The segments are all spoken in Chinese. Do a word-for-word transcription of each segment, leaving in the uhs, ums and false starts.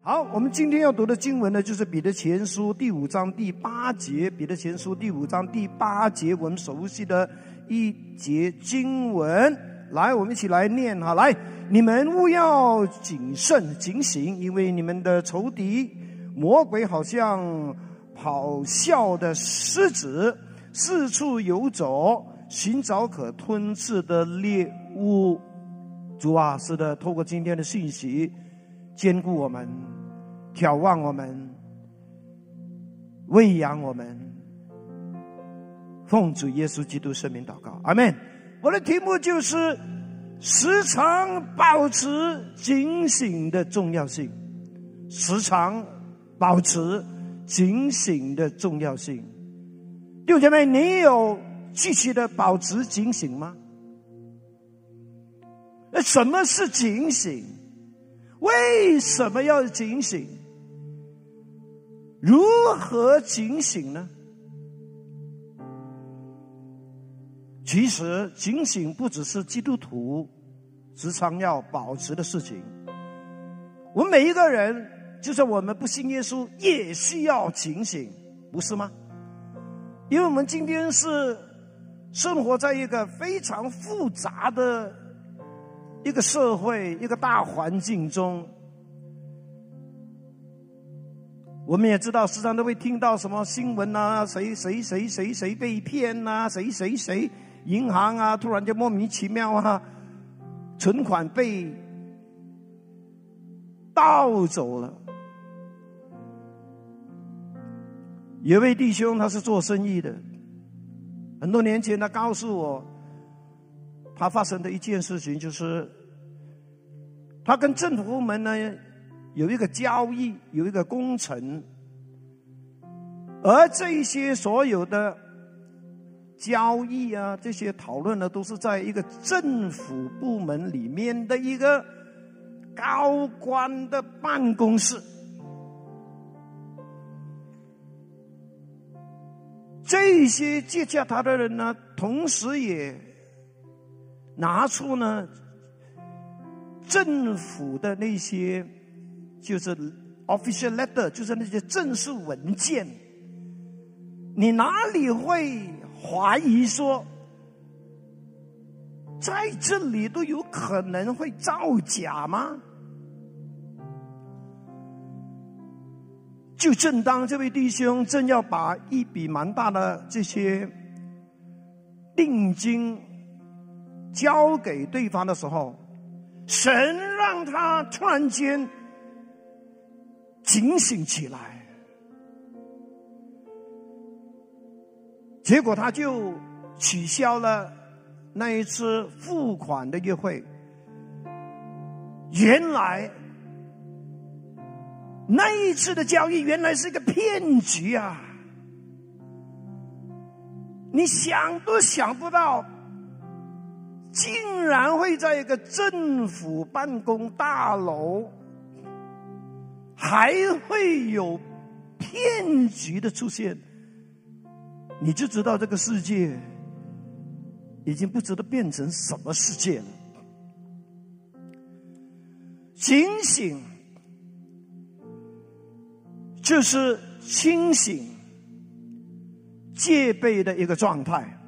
好，我们今天要读的经文呢，就是彼得前书第五章第八节。彼得前书第五章第八节，我们熟悉的一节经文。来，我们一起来念哈。来，你们务要谨慎警醒，因为你们的仇敌魔鬼好像咆哮的狮子，四处游走，寻找可吞噬的猎物。主啊，是的，透过今天的信息，坚固我们，眺望我们，喂养我们，奉主耶稣基督圣名祷告，阿们。我的题目就是时常保持警醒的重要性。时常保持警醒的重要性。弟兄姐妹，你有继续的保持警醒吗？那什么是警醒？为什么要警醒？如何警醒呢？其实警醒不只是基督徒时常要保持的事情，我们每一个人，就算我们不信耶稣，也需要警醒，不是吗？因为我们今天是生活在一个非常复杂的一个社会，一个大环境中。我们也知道时常都会听到什么新闻啊，谁谁谁谁谁被骗啊，谁谁谁银行啊突然就莫名其妙啊存款被盗走了。有位弟兄他是做生意的，很多年前他告诉我他发生的一件事情，就是他跟政府部门呢有一个交易，有一个工程，而这些所有的交易啊，这些讨论呢，都是在一个政府部门里面的一个高官的办公室。这些接洽他的人呢，同时也拿出呢政府的那些就是 official letter， 就是那些正式文件。你哪里会怀疑说在这里都有可能会造假吗？就正当这位弟兄正要把一笔蛮大的这些定金交给对方的时候，神让他突然间警醒起来，结果他就取消了那一次付款的约会。原来那一次的交易原来是一个骗局啊！你想都想不到，竟然会在一个政府办公大楼还会有骗局的出现，你就知道这个世界已经不知道变成什么世界了。警醒就是清醒、戒备的一个状态。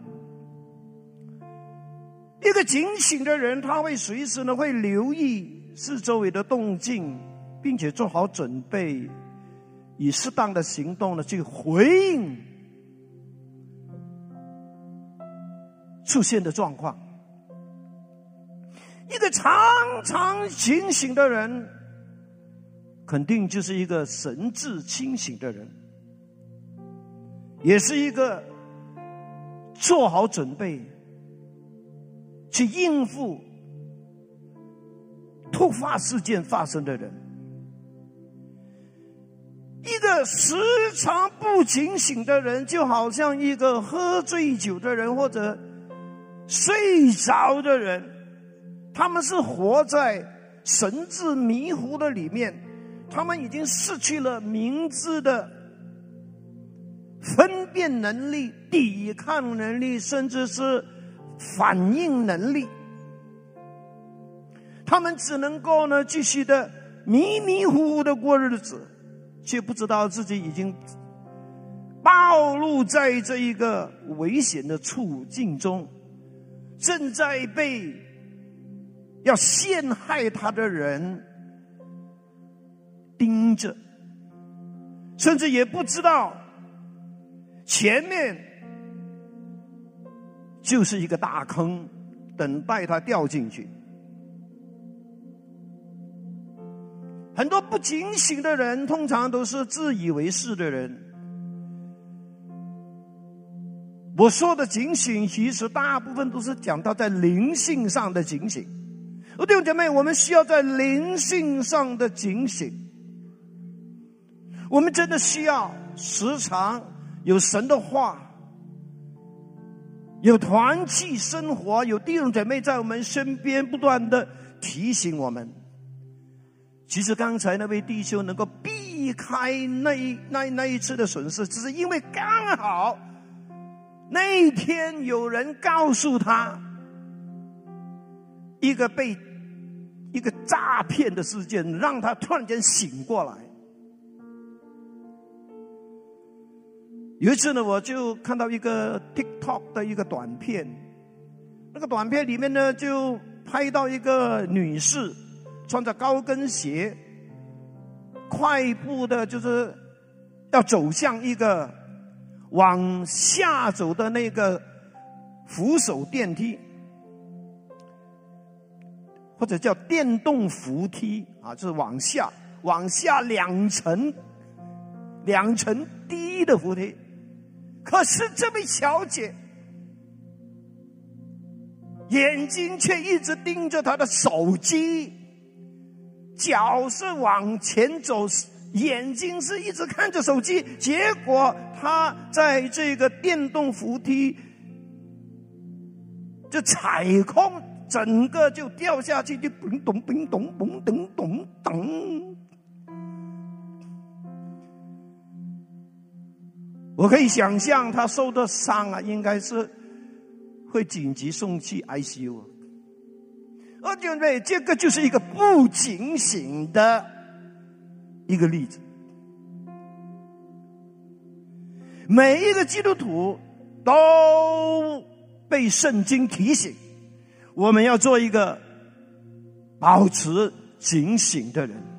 一个警醒的人，他会随时呢会留意四周围的动静，并且做好准备，以适当的行动呢去回应出现的状况。一个常常警醒的人，肯定就是一个神志清醒的人，也是一个做好准备去应付突发事件发生的人。一个时常不警醒的人，就好像一个喝醉酒的人或者睡着的人，他们是活在神志迷糊的里面，他们已经失去了明智的分辨能力、抵抗能力，甚至是反应能力。他们只能够呢继续的迷迷糊糊的过日子，却不知道自己已经暴露在这一个危险的处境中，正在被要陷害他的人盯着，甚至也不知道前面就是一个大坑，等待他掉进去。很多不警醒的人，通常都是自以为是的人。我说的警醒，其实大部分都是讲到在灵性上的警醒。弟兄姐妹，我们需要在灵性上的警醒。我们真的需要时常有神的话，有团契生活，有弟兄姐妹在我们身边不断的提醒我们。其实刚才那位弟兄能够避开那一那那一次的损失，只是因为刚好那一天有人告诉他一个被一个诈骗的事件，让他突然间醒过来。有一次呢，我就看到一个 TikTok 的一个短片，那个短片里面呢，就拍到一个女士穿着高跟鞋，快步的就是要走向一个往下走的那个扶手电梯，或者叫电动扶梯啊，就是往下往下两层两层低的扶梯。可是这位小姐眼睛却一直盯着她的手机，脚是往前走，眼睛是一直看着手机，结果她在这个电动扶梯就踩空，整个就掉下去，就咚咚咚咚咚咚咚咚。我可以想象他受的伤啊，应该是会紧急送去 I C U。而弟兄们，这个就是一个不警醒的一个例子。每一个基督徒都被圣经提醒，我们要做一个保持警醒的人，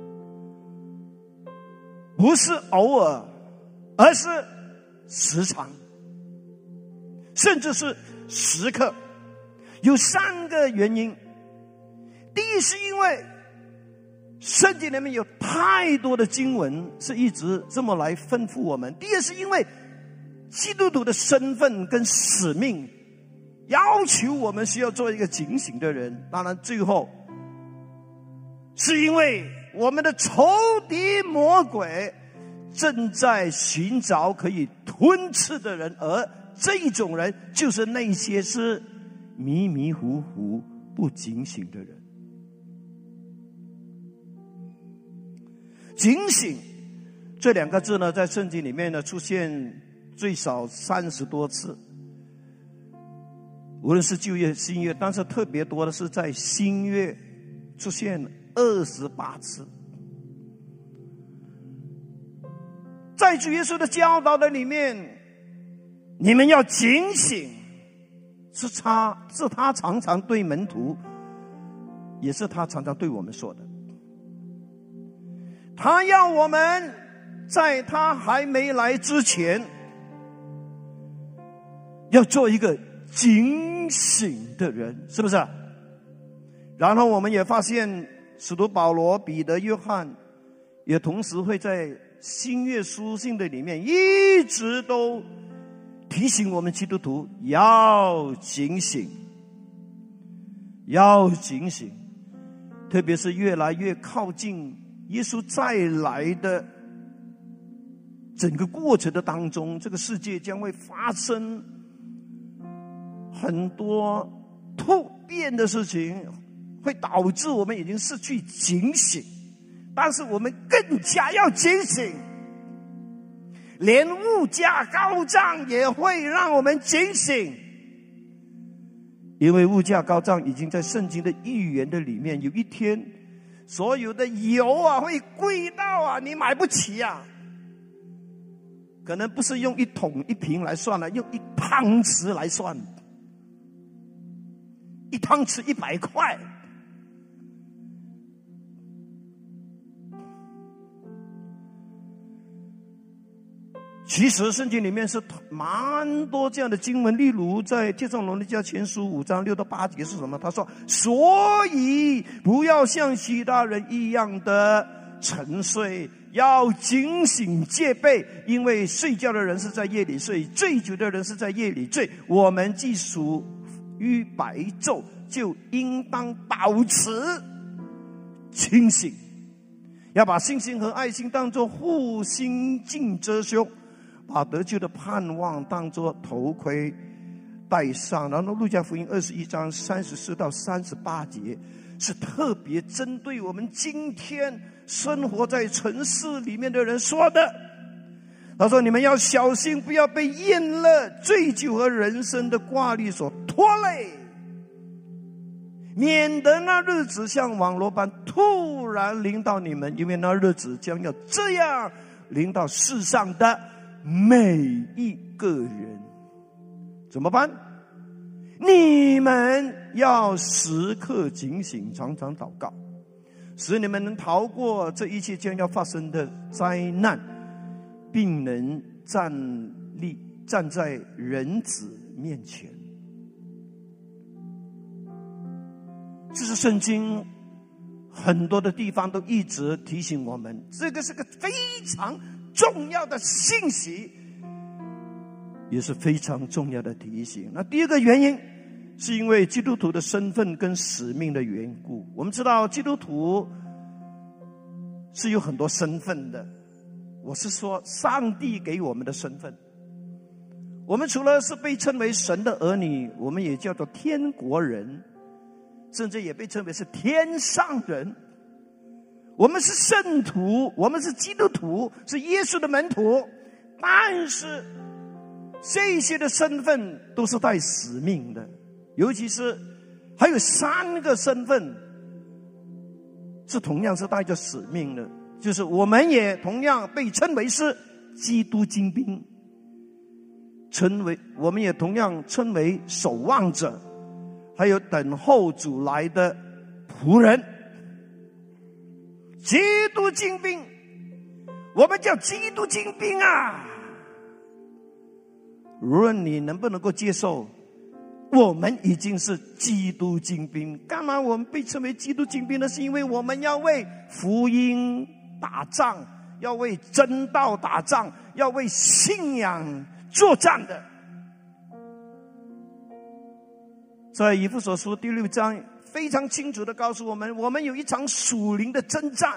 不是偶尔，而是时常，甚至是时刻。有三个原因。第一，是因为圣经里面有太多的经文是一直这么来吩咐我们。第二，是因为基督徒的身份跟使命要求我们需要做一个警醒的人。当然最后是因为我们的仇敌魔鬼正在寻找可以吞吃的人，而这种人就是那些是迷迷糊糊不警醒的人。警醒这两个字呢，在圣经里面呢出现最少三十多次，无论是旧约新约，但是特别多的是在新约出现二十八次。在主耶稣的教导的里面，你们要警醒，是他是他常常对门徒，也是他常常对我们说的。他要我们在他还没来之前，要做一个警醒的人，是不是？然后我们也发现使徒保罗、彼得、约翰也同时会在新约书信的里面一直都提醒我们基督徒要警醒，要警醒。特别是越来越靠近耶稣再来的整个过程的当中，这个世界将会发生很多突变的事情，会导致我们已经失去警醒。但是我们更加要警醒，连物价高涨也会让我们警醒，因为物价高涨已经在圣经的预言的里面，有一天所有的油啊会贵到啊你买不起啊，可能不是用一桶一瓶来算了，用一汤匙来算，一汤匙一百块。其实圣经里面是蛮多这样的经文，例如在帖撒罗尼迦前书五章六到八节是什么？他说：所以不要像其他人一样的沉睡，要警醒戒备，因为睡觉的人是在夜里睡，醉酒的人是在夜里醉。我们既属于白昼，就应当保持清醒，要把信心和爱心当作护心镜遮胸，把得救的盼望当作头盔戴上。然后路加福音二十一章三十四到三十八节是特别针对我们今天生活在城市里面的人说的。他说：你们要小心，不要被厌乐、醉酒和人生的挂虑所拖累，免得那日子像网罗般突然临到你们，因为那日子将要这样临到世上的每一个人。怎么办？你们要时刻警醒，常常祷告，使你们能逃过这一切将要发生的灾难，并能站立站在人子面前。这是圣经很多的地方都一直提醒我们，这个是个非常重要的信息，也是非常重要的提醒。那第二个原因是因为基督徒的身份跟使命的缘故。我们知道基督徒是有很多身份的，我是说上帝给我们的身份。我们除了是被称为神的儿女，我们也叫做天国人，甚至也被称为是天上人。我们是圣徒，我们是基督徒，是耶稣的门徒，但是这些的身份都是带使命的。尤其是还有三个身份是同样是带着使命的，就是我们也同样被称为是基督精兵，称为我们也同样称为守望者，还有等候主来的仆人。基督精兵，我们叫基督精兵啊！无论你能不能够接受，我们已经是基督精兵。干嘛我们被称为基督精兵呢？是因为我们要为福音打仗，要为真道打仗，要为信仰作战的。在以弗所书第六章非常清楚地告诉我们，我们有一场属灵的征战。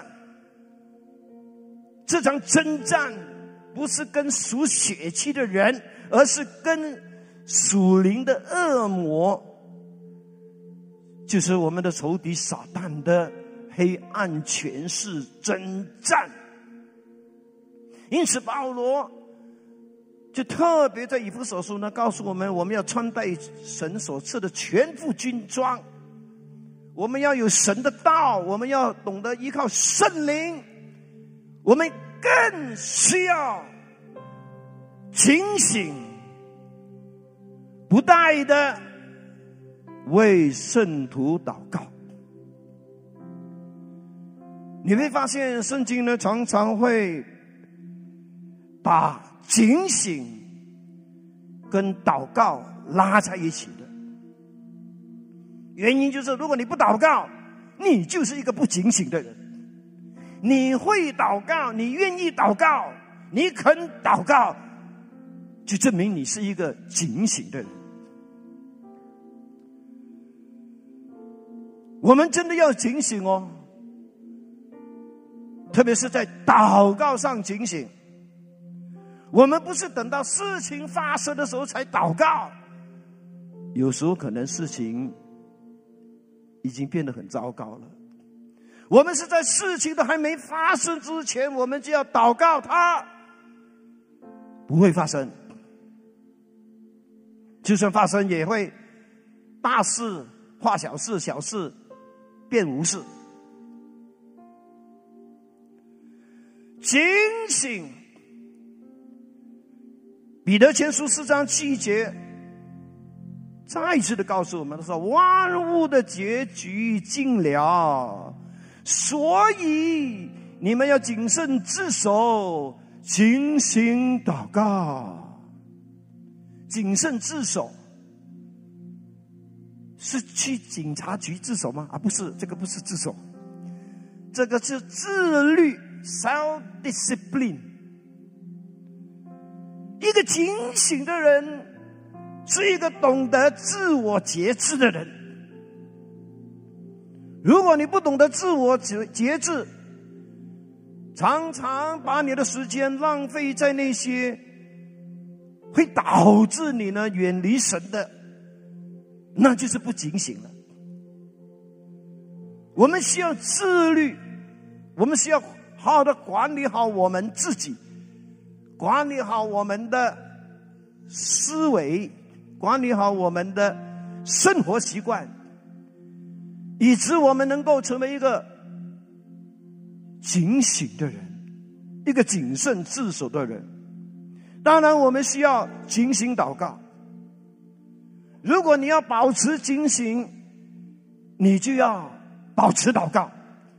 这场征战不是跟属血气的人，而是跟属灵的恶魔，就是我们的仇敌撒旦的黑暗权势征战。因此保罗就特别在以弗所书呢告诉我们，我们要穿戴神所赐的全副军装，我们要有神的道，我们要懂得依靠圣灵，我们更需要警醒，不怠的为圣徒祷告。你会发现圣经呢常常会把警醒跟祷告拉在一起的。原因就是如果你不祷告，你就是一个不警醒的人。你会祷告，你愿意祷告，你肯祷告，就证明你是一个警醒的人。我们真的要警醒哦，特别是在祷告上警醒。我们不是等到事情发生的时候才祷告，有时候可能事情已经变得很糟糕了。我们是在事情都还没发生之前，我们就要祷告它不会发生，就算发生也会大事化小事，小事变无事。 警醒。彼得前书四章七节再一次的告诉我们说，万物的结局近了，所以你们要谨慎自守，警醒祷告。谨慎自守是去警察局自首吗？啊，不是，这个不是自首，这个是自律 self discipline。 一个警醒的人是一个懂得自我节制的人。如果你不懂得自我节制，常常把你的时间浪费在那些会导致你呢远离神的，那就是不警醒了。我们需要自律，我们需要好好的管理好我们自己，管理好我们的思维，管理好我们的生活习惯，以致我们能够成为一个警醒的人，一个谨慎自守的人。当然我们需要警醒祷告。如果你要保持警醒，你就要保持祷告，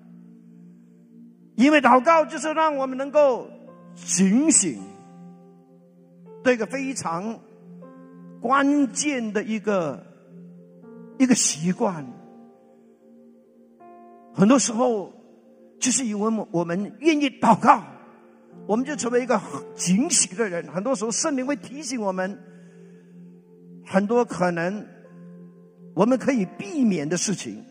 因为祷告就是让我们能够警醒，这个非常关键的一个一个习惯。很多时候就是因为我们愿意祷告，我们就成为一个警醒的人。很多时候圣灵会提醒我们很多可能我们可以避免的事情。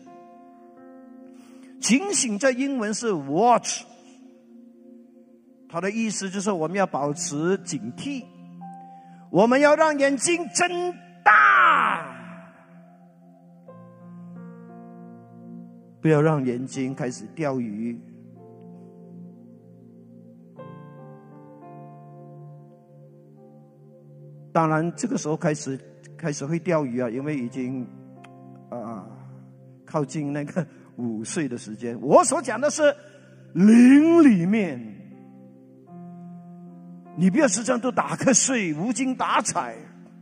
警醒在英文是 watch， 它的意思就是我们要保持警惕，我们要让眼睛睁大，不要让眼睛开始钓鱼。当然这个时候开始开始会钓鱼啊，因为已经啊靠近那个午睡的时间。我所讲的是灵里面，你不要时常都打瞌睡，无精打采。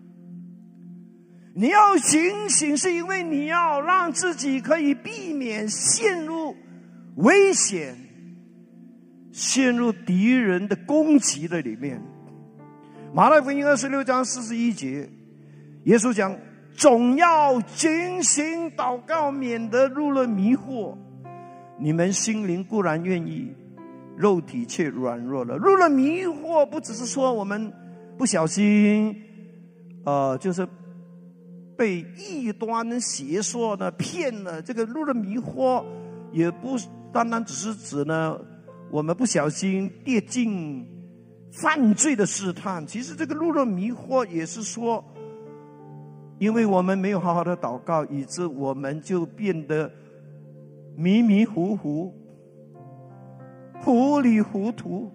你要警醒，是因为你要让自己可以避免陷入危险，陷入敌人的攻击的里面。马太福音二十六章四十一节，耶稣讲，总要警醒祷告，免得入了迷惑。你们心灵固然愿意，肉体却软弱了。入了迷惑不只是说我们不小心呃，就是被异端邪说呢骗了，这个入了迷惑也不单单只是指呢我们不小心跌进犯罪的试探。其实这个入了迷惑也是说，因为我们没有好好的祷告，以致我们就变得迷迷糊糊，糊里糊涂，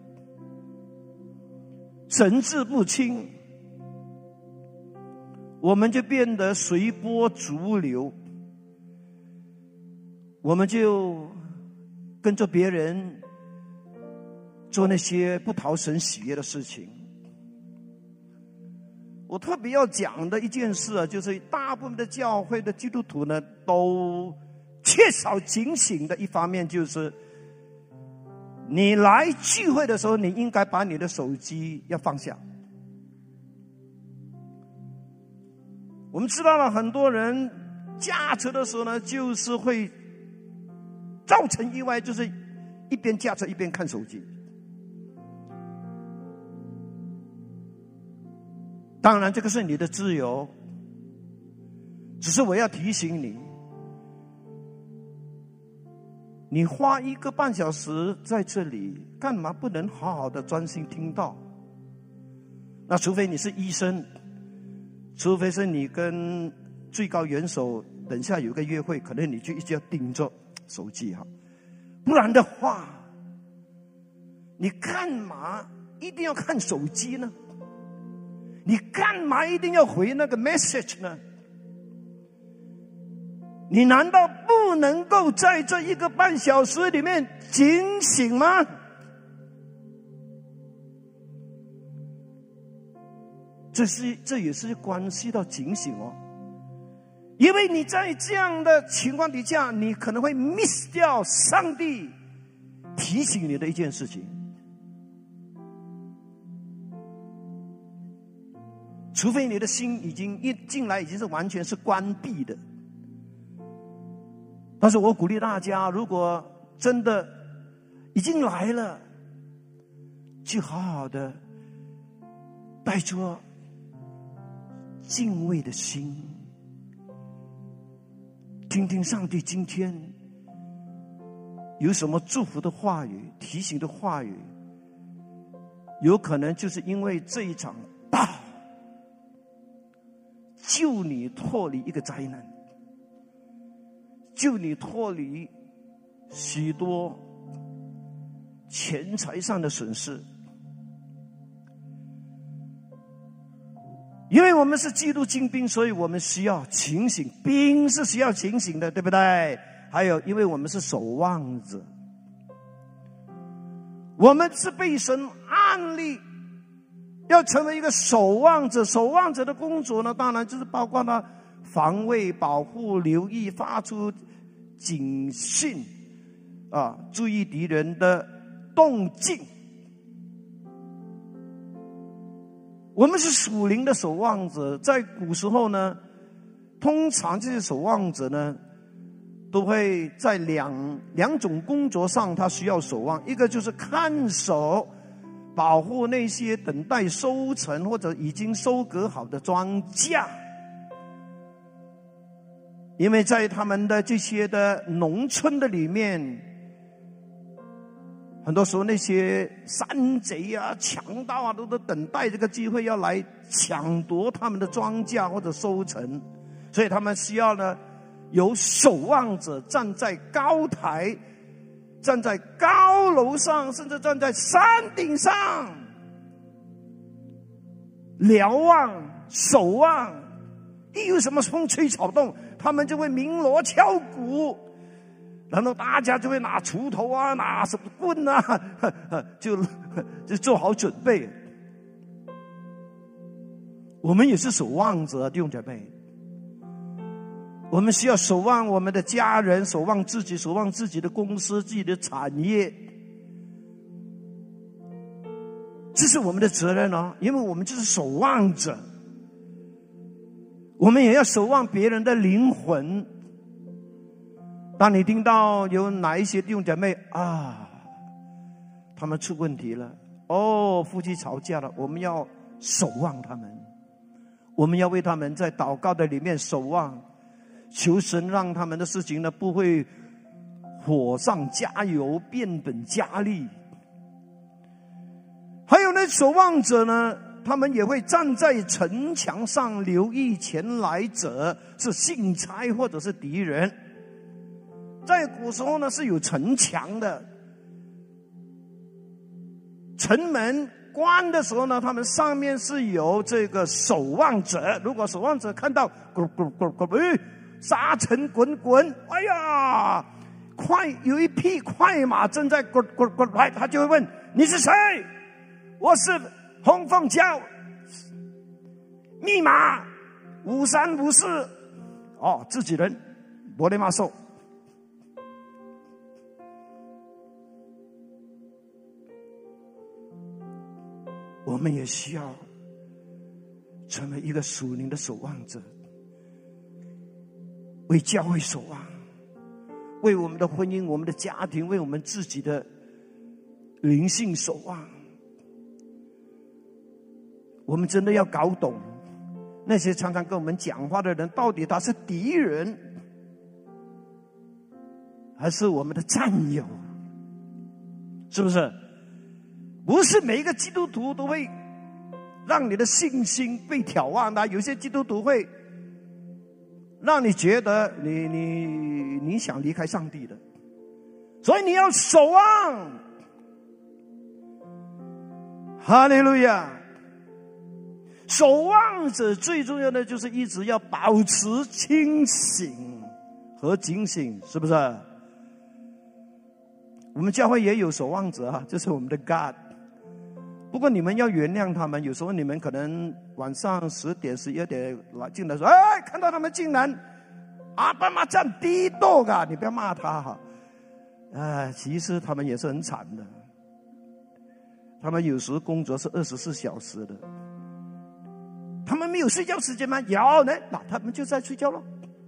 神志不清，我们就变得随波逐流，我们就跟着别人做那些不讨神喜悦的事情。我特别要讲的一件事啊，就是大部分的教会的基督徒呢，都缺少警醒的一方面，就是你来聚会的时候，你应该把你的手机要放下。我们知道了，很多人驾车的时候呢，就是会造成意外，就是一边驾车一边看手机。当然这个是你的自由，只是我要提醒你，你花一个半小时在这里，干嘛不能好好的专心听到？那除非你是医生，除非是你跟最高元首等下有个约会，可能你就一直要盯着手机哈，不然的话，你干嘛一定要看手机呢？你干嘛一定要回那个 message 呢？你难道不能够在这一个半小时里面警醒吗？ 这是这也是关系到警醒哦。因为你在这样的情况底下，你可能会 miss 掉上帝提醒你的一件事情。除非你的心已经一进来已经是完全是关闭的。但是我鼓励大家，如果真的已经来了，就好好的带着敬畏的心，听听上帝今天有什么祝福的话语、提醒的话语。有可能就是因为这一场大救你脱离一个灾难，救你脱离许多钱财上的损失。因为我们是基督精兵，所以我们需要警醒，兵是需要警醒的，对不对？还有因为我们是守望者，我们是被神安立要成为一个守望者。守望者的工作呢，当然就是包括了防卫、保护、留意、发出警讯啊，注意敌人的动静。我们是属灵的守望者。在古时候呢，通常这些守望者呢，都会在两两种工作上他需要守望。一个就是看守保护那些等待收成或者已经收割好的庄稼，因为在他们的这些的农村的里面，很多时候那些山贼啊、强盗啊，都都等待这个机会要来抢夺他们的庄稼或者收成，所以他们需要呢有守望者站在高台，站在高楼上，甚至站在山顶上瞭望守望。一有什么风吹草动，他们就会鸣锣敲鼓，然后大家就会拿锄头啊，拿什么棍啊，就就做好准备。我们也是守望者，弟兄姐妹，我们需要守望我们的家人，守望自己，守望自己的公司、自己的产业，这是我们的责任哦，因为我们就是守望者。我们也要守望别人的灵魂。当你听到有哪一些弟兄姐妹啊，他们出问题了，哦，夫妻吵架了，我们要守望他们，我们要为他们在祷告的里面守望，求神让他们的事情呢不会火上加油，变本加厉。还有那守望者呢，他们也会站在城墙上留意前来者是信差或者是敌人。在古时候呢是有城墙的，城门关的时候呢，他们上面是有这个守望者。如果守望者看到咕咕咕咕，哎，沙尘滚滚，哎呀，快有一匹快马正在咕咕咕来，他就会问你是谁？我是红凤蛟，密码五三五四。哦，自己人，伯雷马兽。我们也需要成为一个属灵的守望者，为教会守望，为我们的婚姻、我们的家庭、为我们自己的灵性守望。我们真的要搞懂那些常常跟我们讲话的人，到底他是敌人还是我们的战友，是不是？不是每一个基督徒都会让你的信心被挑战的，有些基督徒会让你觉得你你你想离开上帝的，所以你要守望。哈利路亚！守望者最重要的就是一直要保持清醒和警醒，是不是？我们教会也有守望者啊，就是我们的 God。 不过你们要原谅他们，有时候你们可能晚上十点、十一点来进来说：“哎，看到他们竟然阿爸妈占低斗啊！”你不要骂他哈。啊，其实他们也是很惨的。他们有时工作是二十四小时的，他们没有睡觉时间吗？有呢，那他们就在睡觉了。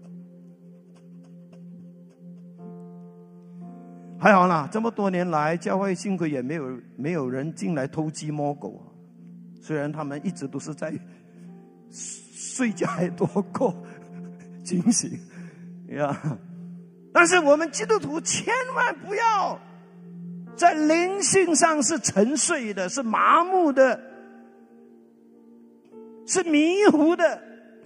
还好啦，这么多年来，教会幸亏也没有没有人进来偷鸡摸狗。虽然他们一直都是在睡觉还多过警醒呀，但是我们基督徒千万不要在灵性上是沉睡的，是麻木的，是迷糊的。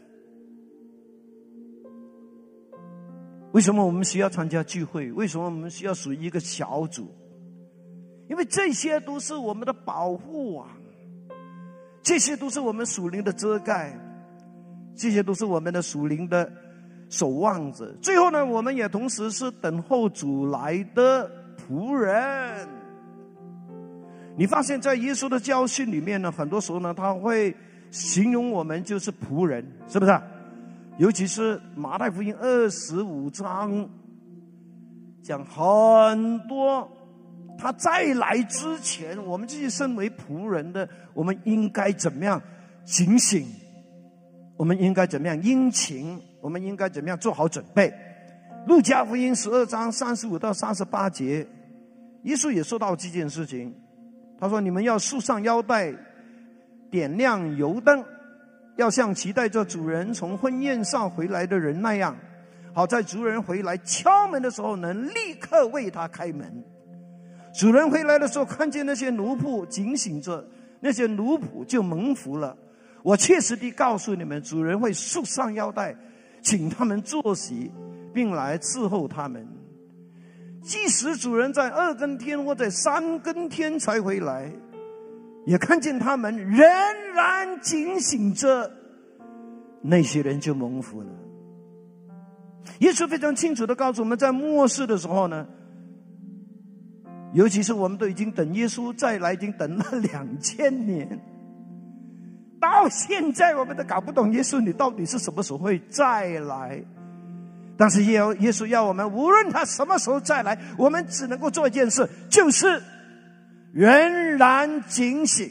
为什么我们需要参加聚会？为什么我们需要属于一个小组？因为这些都是我们的保护网，这些都是我们属灵的遮盖，这些都是我们的属灵的守望者。最后呢，我们也同时是等候主来的仆人。你发现在耶稣的教训里面呢，很多时候呢，他会形容我们就是仆人，是不是？尤其是马太福音二十五章，讲很多他再来之前，我们这些身为仆人的，我们应该怎么样警醒？我们应该怎么样殷勤？我们应该怎么样做好准备？路加福音十二章三十五到三十八节，耶稣也说到这件事情。他说：“你们要束上腰带，点亮油灯，要像期待着主人从婚宴上回来的人那样，好在主人回来敲门的时候，能立刻为他开门。主人回来的时候，看见那些奴仆警醒着，那些奴仆就蒙福了。我切实地告诉你们，主人会束上腰带，请他们坐席，并来伺候他们。即使主人在二更天或在三更天才回来，也看见他们仍然警醒着，那些人就蒙福了。”耶稣非常清楚地告诉我们，在末世的时候呢，尤其是我们都已经等耶稣再来，已经等了两千年，到现在我们都搞不懂耶稣你到底是什么时候会再来。但是耶耶稣要我们，无论他什么时候再来，我们只能够做一件事，就是仍然警醒。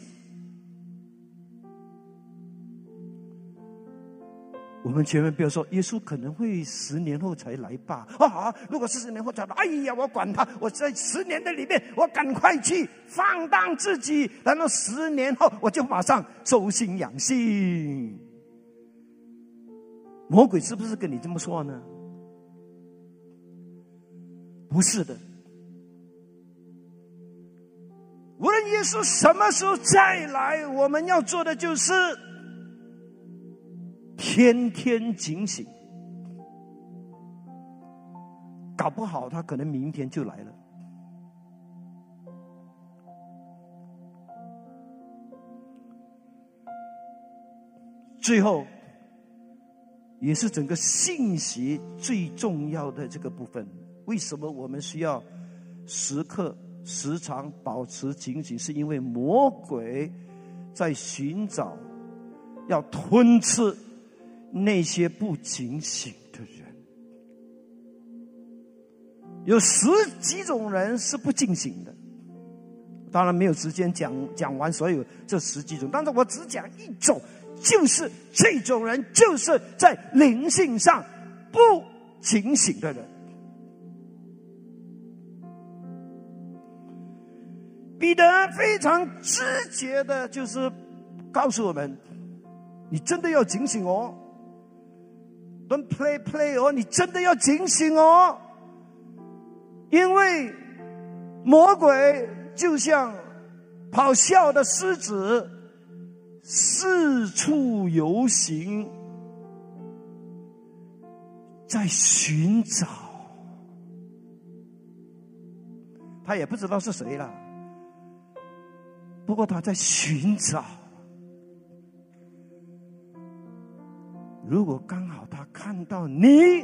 我们千万不要说耶稣可能会十年后才来吧。啊，如果是十年后才来，哎呀，我管他，我在十年的里面，我赶快去放荡自己，然后十年后我就马上收心养性。魔鬼是不是跟你这么说呢？不是的。无论耶稣什么时候再来，我们要做的就是天天警醒。搞不好他可能明天就来了。最后也是整个信息最重要的这个部分，为什么我们需要时刻时常保持警醒？是因为魔鬼在寻找要吞吃那些不警醒的人。有十几种人是不警醒的，当然没有时间讲讲完所有这十几种，但是我只讲一种，就是这种人就是在灵性上不警醒的人。彼得非常直接的就是告诉我们，你真的要警醒哦， Don't play play 哦，你真的要警醒哦，因为魔鬼就像咆哮的狮子，四处游行，在寻找，他也不知道是谁了，不过他在寻找。如果刚好他看到你，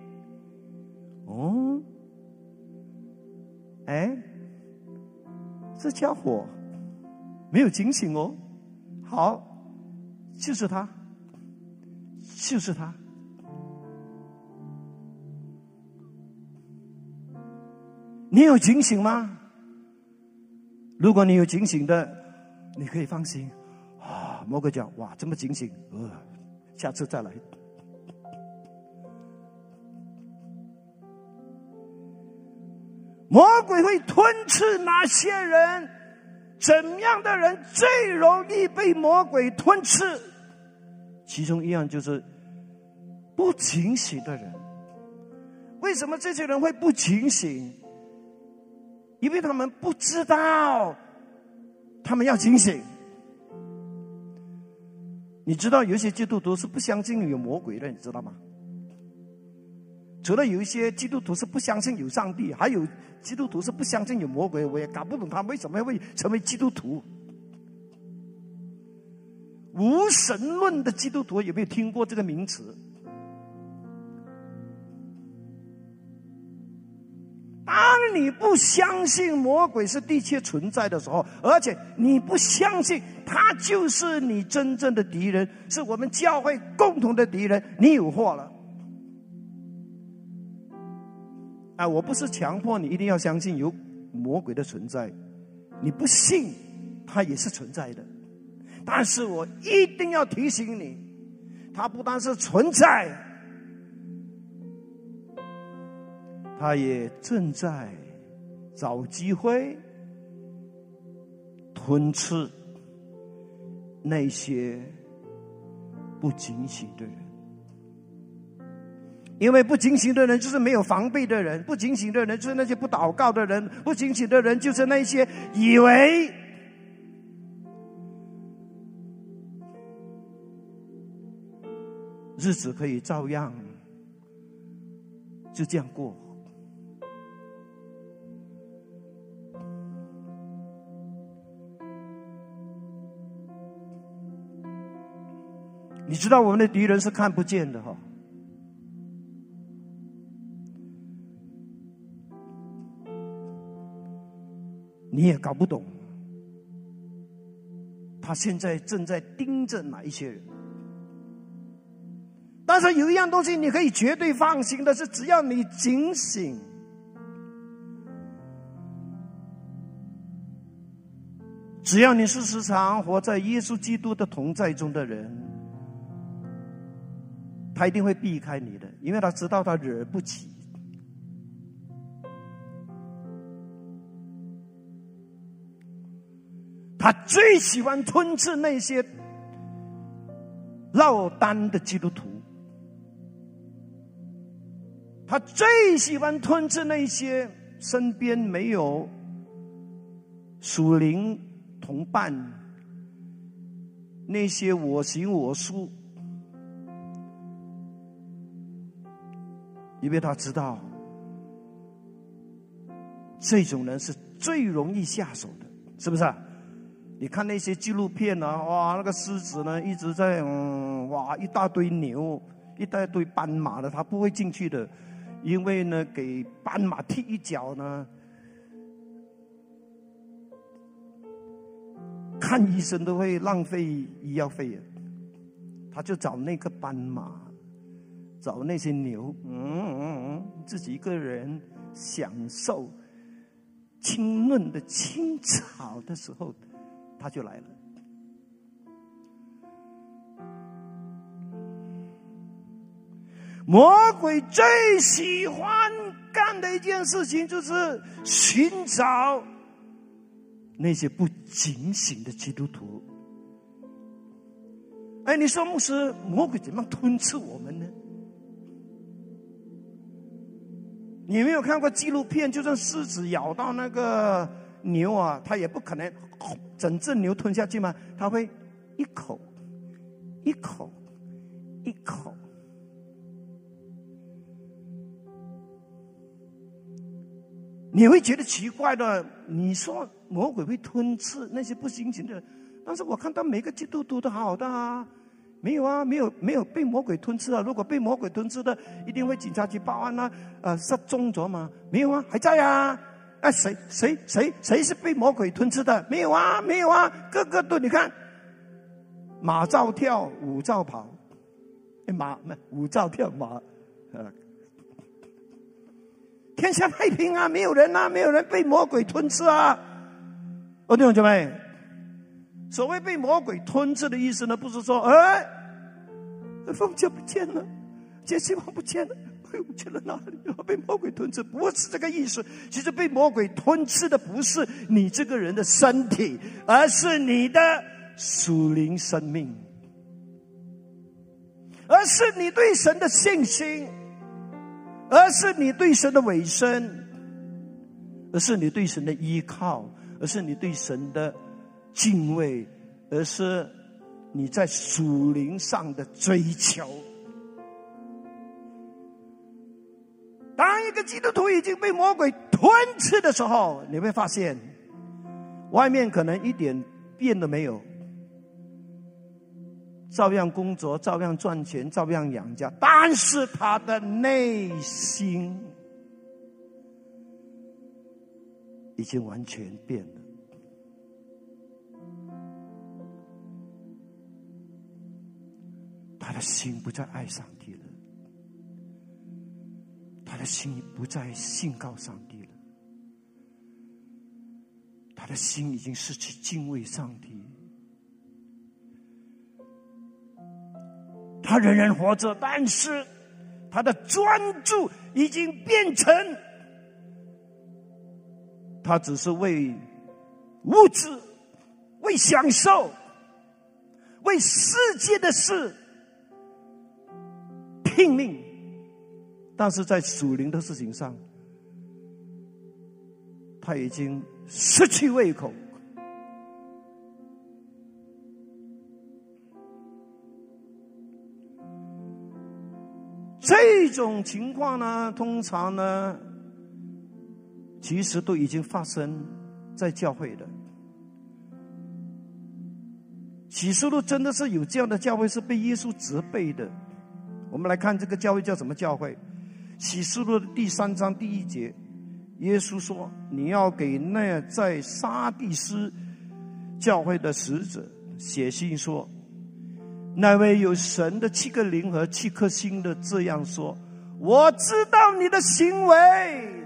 哦，哎，这家伙没有警醒哦。好，就是他，就是他。你有警醒吗？如果你有警醒的，你可以放心啊。魔鬼讲：哇，这么警醒，呃，下次再来。魔鬼会吞吃哪些人？怎样的人最容易被魔鬼吞吃？其中一样就是不警醒的人。为什么这些人会不警醒？因为他们不知道他们要警醒。你知道有一些基督徒是不相信有魔鬼的，你知道吗？除了有一些基督徒是不相信有上帝，还有基督徒是不相信有魔鬼。我也搞不懂他为什么会成为基督徒。无神论的基督徒有没有听过这个名词？当你不相信魔鬼是的确存在的时候，而且你不相信他就是你真正的敌人，是我们教会共同的敌人，你有祸了。啊，我不是强迫你一定要相信有魔鬼的存在，你不信他也是存在的。但是我一定要提醒你，他不单是存在，他也正在找机会吞吃那些不警醒的人。因为不警醒的人就是没有防备的人，不警醒的人就是那些不祷告的人，不警醒的人就是那些以为日子可以照样就这样过。你知道我们的敌人是看不见的哈。你也搞不懂他现在正在盯着哪一些人。但是有一样东西你可以绝对放心的是，只要你警醒，只要你是时常活在耶稣基督的同在中的人，他一定会避开你的，因为他知道他惹不起。他最喜欢吞吃那些落单的基督徒，他最喜欢吞吃那些身边没有属灵同伴，那些我行我素，因为他知道这种人是最容易下手的，是不是？你看那些纪录片啊，哇，那个狮子呢一直在嗯，哇，一大堆牛，一大堆斑马的，他不会进去的，因为呢，给斑马踢一脚呢，看医生都会浪费医药费的，他就找那个斑马，找那些牛，嗯嗯嗯，自己一个人享受清嫩的青草的时候，他就来了。魔鬼最喜欢干的一件事情，就是寻找那些不警醒的基督徒。哎，你说牧师，魔鬼怎么吞吃我们呢？你有没有看过纪录片？就算狮子咬到那个牛啊，它也不可能整只牛吞下去嘛，它会一口一口一口。你会觉得奇怪的，你说魔鬼会吞吃那些不警醒的人，但是我看到每个基督徒都好好的啊，没有啊，没有没有被魔鬼吞吃啊。如果被魔鬼吞吃的，一定会警察局报案啊，呃，失踪咗嘛？没有啊，还在啊。 啊，谁谁谁谁是被魔鬼吞吃的？没有啊，没有啊，个个都你看，马照跳，舞照跑，马舞照跳，马，呃，天下太平啊，没有人啊，没有人被魔鬼吞吃啊。哦，弟兄姐妹，所谓被魔鬼吞吃的意思呢，不是说，哎，凤姐不见了，杰西王不见了。哎呦，去了哪里？被魔鬼吞吃，不是这个意思。其实被魔鬼吞吃的不是你这个人的身体，而是你的属灵生命，而是你对神的信心，而是你对神的委身，而是你对神的依靠，而是你对神的敬畏，而是你在属灵上的追求。当一个基督徒已经被魔鬼吞吃的时候，你会发现外面可能一点变都没有，照样工作，照样赚钱，照样养家，但是他的内心已经完全变了。他的心不再爱上帝了，他的心不再信靠上帝了，他的心已经失去敬畏上帝。他仍然活着，但是他的专注已经变成他只是为物质、为享受、为世界的事拼命，但是在属灵的事情上，他已经失去胃口。这种情况呢，通常呢，其实都已经发生在教会的。启示录真的是有这样的教会，是被耶稣责备的。我们来看这个教会叫什么教会？启示录的第三章第一节，耶稣说：“你要给那在撒蒂斯教会的使者写信说，那位有神的七个灵和七颗星的这样说：我知道你的行为，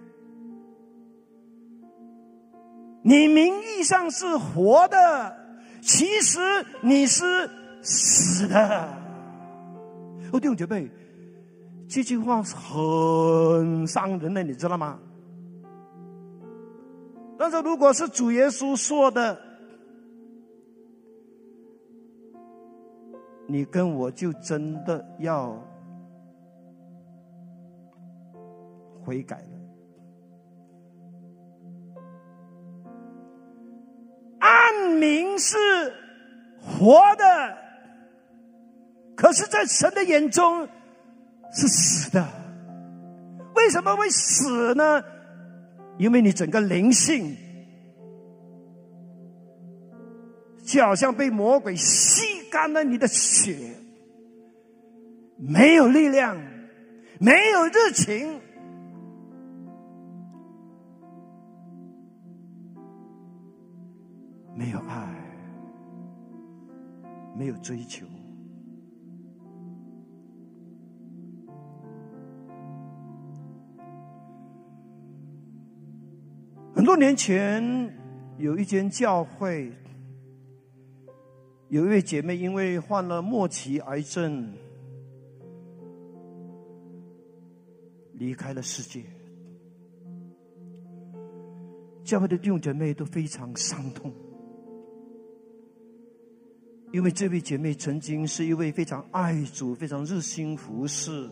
你名义上是活的，其实你是死的。”哦，弟兄姐妹，这句话很伤人的，你知道吗？但是如果是主耶稣说的，你跟我就真的要悔改了。按名是活的，可是在神的眼中是死的。为什么会死呢？因为你整个灵性就好像被魔鬼吸干了你的血，没有力量，没有热情，没有爱，没有追求。很多年前，有一间教会，有一位姐妹因为患了末期癌症，离开了世界。教会的弟兄姐妹都非常伤痛，因为这位姐妹曾经是一位非常爱主、非常热心服侍、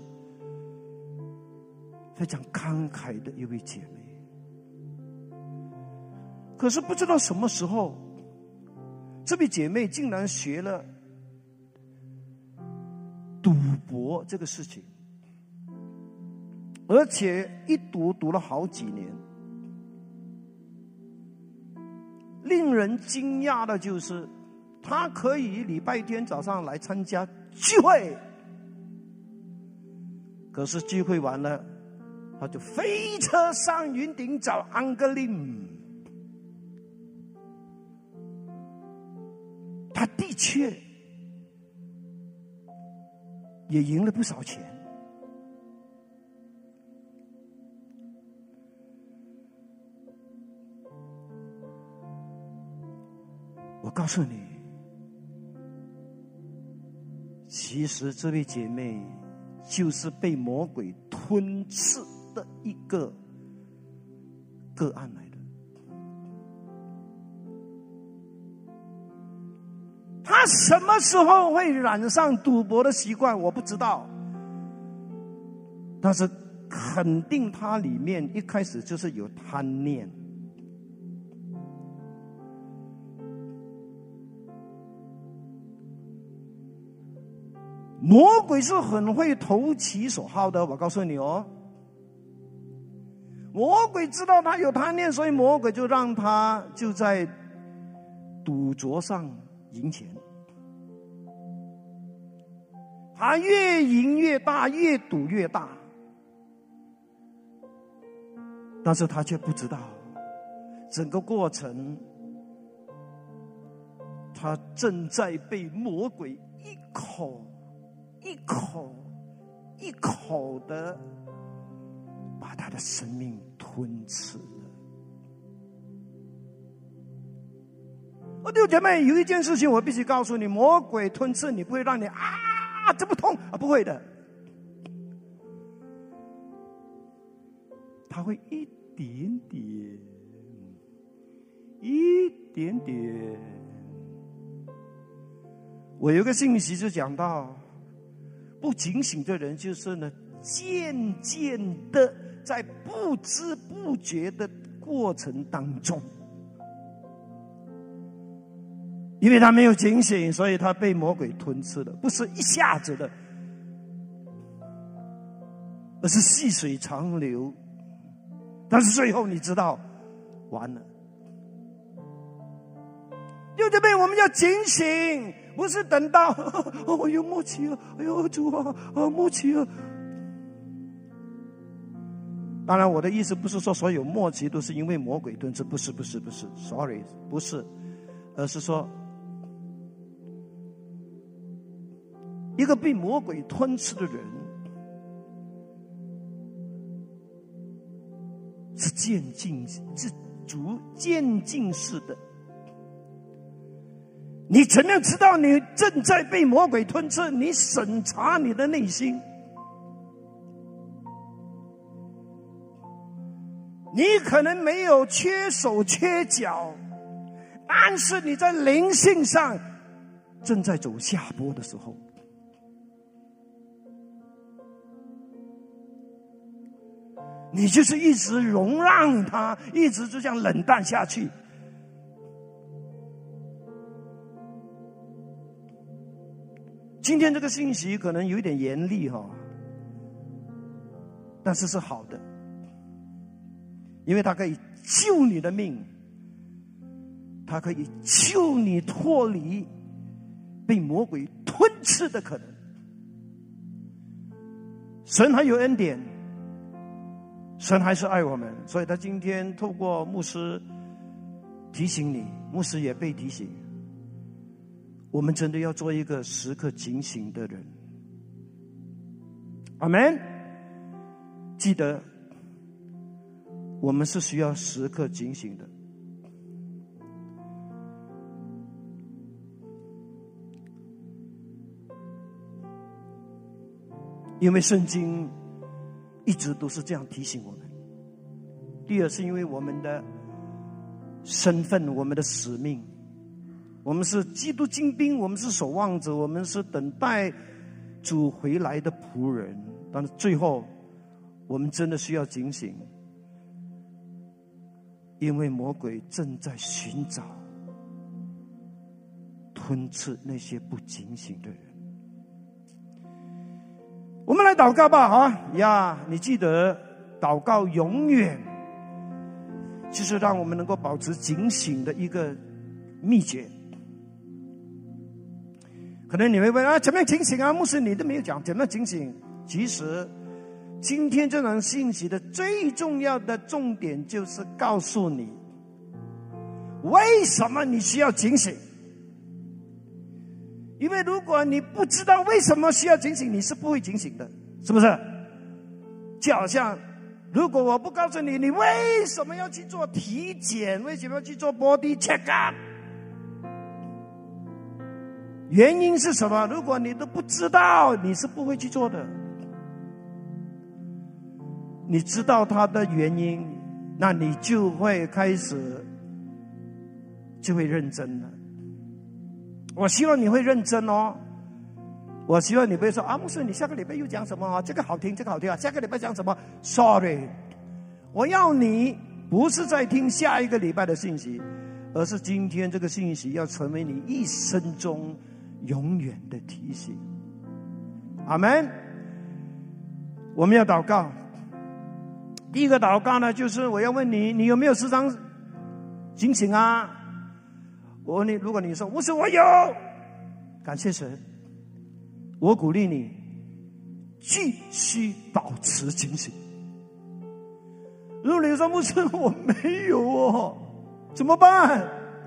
非常慷慨的一位姐妹。可是不知道什么时候，这位姐妹竟然学了赌博这个事情，而且一读读了好几年。令人惊讶的就是，她可以礼拜天早上来参加聚会，可是聚会完了， 他就飞车上云顶找安格林。他的确也赢了不少钱。我告诉你，其实这位姐妹就是被魔鬼吞噬的一个个案来的。他什么时候会染上赌博的习惯，我不知道，但是肯定他里面一开始就是有贪念。魔鬼是很会投其所好的，我告诉你哦。魔鬼知道他有贪念，所以魔鬼就让他就在赌桌上赢钱。他越赢越大，越赌越大，但是他却不知道，整个过程他正在被魔鬼一口一口一口的把他的生命吞吃了。我弟兄姐妹，有一件事情我必须告诉你，魔鬼吞吃你不会让你啊这么痛啊，不会的，他会一点点一点点。我有一个信息就讲到，不警醒的人就是呢，渐渐的在不知不觉的过程当中，因为他没有警醒，所以他被魔鬼吞吃了，不是一下子的，而是细水长流。但是最后你知道，完了。弟兄姐妹，我们要警醒，不是等到哦，我又末期了，哎呦主啊，啊末期了。当然，我的意思不是说所有末期都是因为魔鬼吞吃，不是，不是，不是 ，sorry， 不是，而是说，一个被魔鬼吞吃的人，是渐进，是逐渐进式的。你怎样知道你正在被魔鬼吞吃？你审查你的内心。你可能没有缺手缺脚，但是你在灵性上正在走下坡的时候。你就是一直容让他，一直就这样冷淡下去。今天这个信息可能有一点严厉哈，但是是好的，因为它可以救你的命，它可以救你脱离被魔鬼吞吃的可能。神还有恩典，神还是爱我们，所以他今天透过牧师提醒你，牧师也被提醒，我们真的要做一个时刻警醒的人。阿们。记得我们是需要时刻警醒的。因为圣经一直都是这样提醒我们。第二是因为我们的身份，我们的使命，我们是基督精兵，我们是守望者，我们是等待主回来的仆人。但是最后我们真的需要警醒，因为魔鬼正在寻找吞吃那些不警醒的人。我们来祷告吧啊呀！你记得祷告永远就是让我们能够保持警醒的一个秘诀。可能你会问啊，怎么样警醒啊？牧师你都没有讲怎么样警醒。其实今天这场信息的最重要的重点就是告诉你，为什么你需要警醒。因为如果你不知道为什么需要警醒，你是不会警醒的，是不是？就好像如果我不告诉你，你为什么要去做体检，为什么要去做 body check up， 原因是什么？如果你都不知道，你是不会去做的。你知道它的原因，那你就会开始就会认真了。我希望你会认真哦。我希望你不会说啊，牧师，你下个礼拜又讲什么啊？这个好听，这个好听啊。下个礼拜讲什么 ？Sorry， 我要你不是在听下一个礼拜的信息，而是今天这个信息要成为你一生中永远的提醒。阿们。我们要祷告。第一个祷告呢，就是我要问你，你有没有时常警醒啊？我问你，如果你说牧师我有，感谢神，我鼓励你继续保持警醒。如果你说牧师我没有哦，怎么办？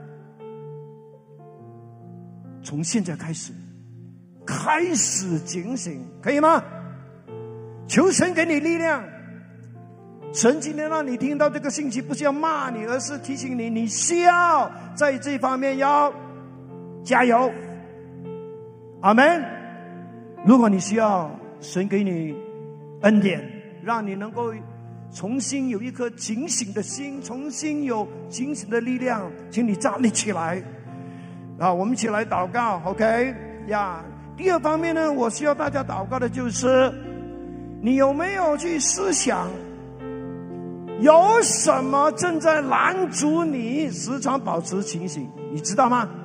从现在开始开始警醒，可以吗？求神给你力量。神今天让你听到这个信息，不是要骂你，而是提醒你，你需要在这方面要加油。阿们。如果你需要神给你恩典，让你能够重新有一颗警醒的心，重新有警醒的力量，请你站立起来啊！我们一起来祷告 ，OK 呀？第二方面呢，我需要大家祷告的就是，你有没有去思想，有什么正在拦阻你时常保持清醒？你知道吗？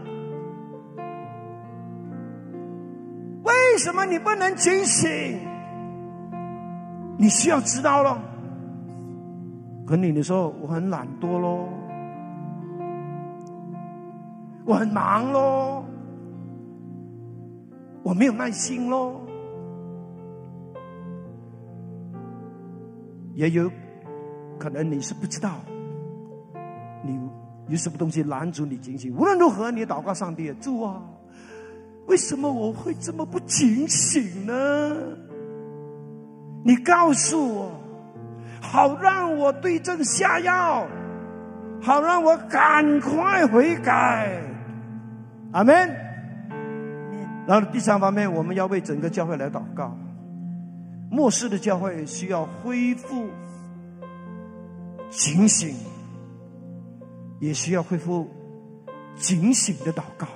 为什么你不能警醒？你需要知道咯。可能你说我很懒惰咯，我很忙咯，我没有耐心咯，也有可能你是不知道你有什么东西拦阻你警醒。无论如何，你祷告上帝，主啊，为什么我会这么不警醒呢？你告诉我，好让我对症下药，好让我赶快悔改。阿们。然后第三方面，我们要为整个教会来祷告。末世的教会需要恢复警醒，也需要恢复警醒的祷告。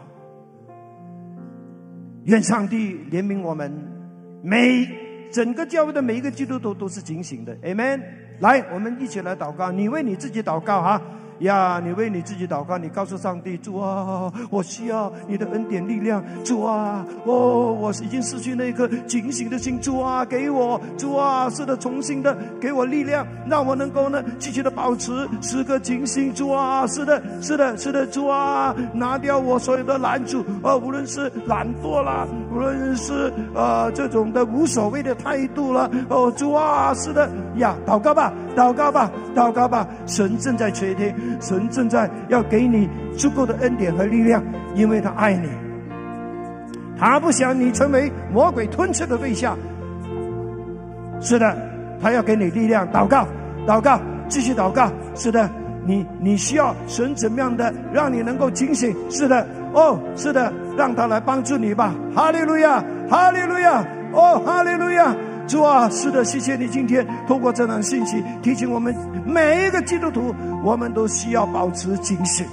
愿上帝怜悯我们，每整个教会的每一个基督徒都是警醒的 Amen。 来，我们一起来祷告。你为你自己祷告哈呀，你为你自己祷告，你告诉上帝，主啊，我需要你的恩典力量。主啊，哦，我已经失去那颗警醒的心。主啊，给我，主啊，是的，重新的给我力量，让我能够呢继续的保持时刻警醒。主啊，是的，是的，是的，主啊，拿掉我所有的拦阻，呃，无论是懒惰啦，无论是呃这种的无所谓的态度啦，哦，主啊，是的呀，祷告吧，祷告吧，祷告吧，神正在垂听。神正在要给你足够的恩典和力量，因为他爱你，他不想你成为魔鬼吞吃的对象。是的，他要给你力量。祷告，祷告，继续祷告。是的，你你需要神怎么样的让你能够警醒？是的，哦，是的，让他来帮助你吧。哈利路亚，哈利路亚，哦，哈利路亚。主啊，是的，谢谢你今天透过这档信息提醒我们每一个基督徒，我们都需要保持警醒。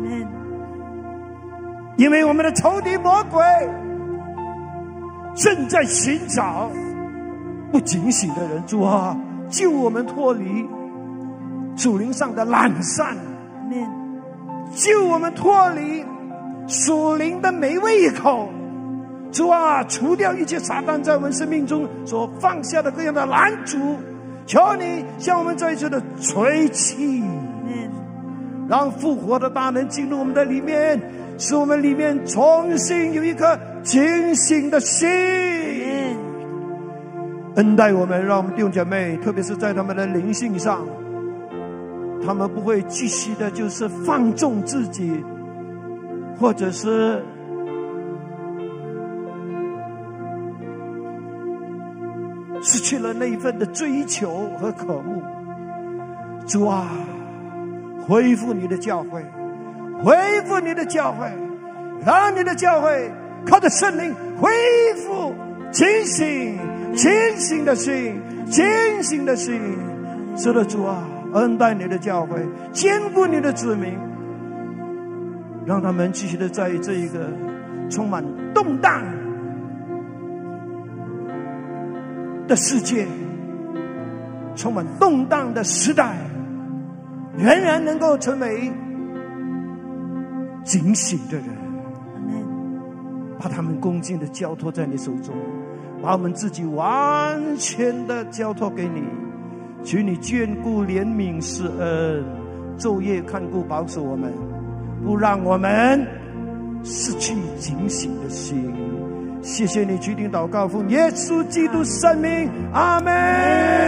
因为我们的仇敌魔鬼正在寻找不警醒的人。主啊，救我们脱离属灵上的懒散，救我们脱离属灵的没胃口。主啊，除掉一切撒旦在我们生命中所放下的各样的拦阻，求你向我们再一次的吹气，让复活的大能进入我们的里面，使我们里面重新有一颗清醒的心。 恩待我们，让我们弟兄姐妹，特别是在他们的灵性上，他们不会继续的就是放纵自己，或者是失去了那一份的追求和渴慕。主啊，恢复你的教会，恢复你的教会，让你的教会靠着圣灵恢复清醒清醒的心，清醒的心。是的，主啊，恩待你的教会，坚固你的子民，让他们继续的在这一个充满动荡的世界，充满动荡的时代，仍然能够成为警醒的人，把他们恭敬的交托在你手中，把我们自己完全的交托给你。求你眷顾怜悯施恩，昼夜看顾保守我们，不让我们失去警醒的心。谢谢你，决定祷告奉耶稣基督圣名，阿们。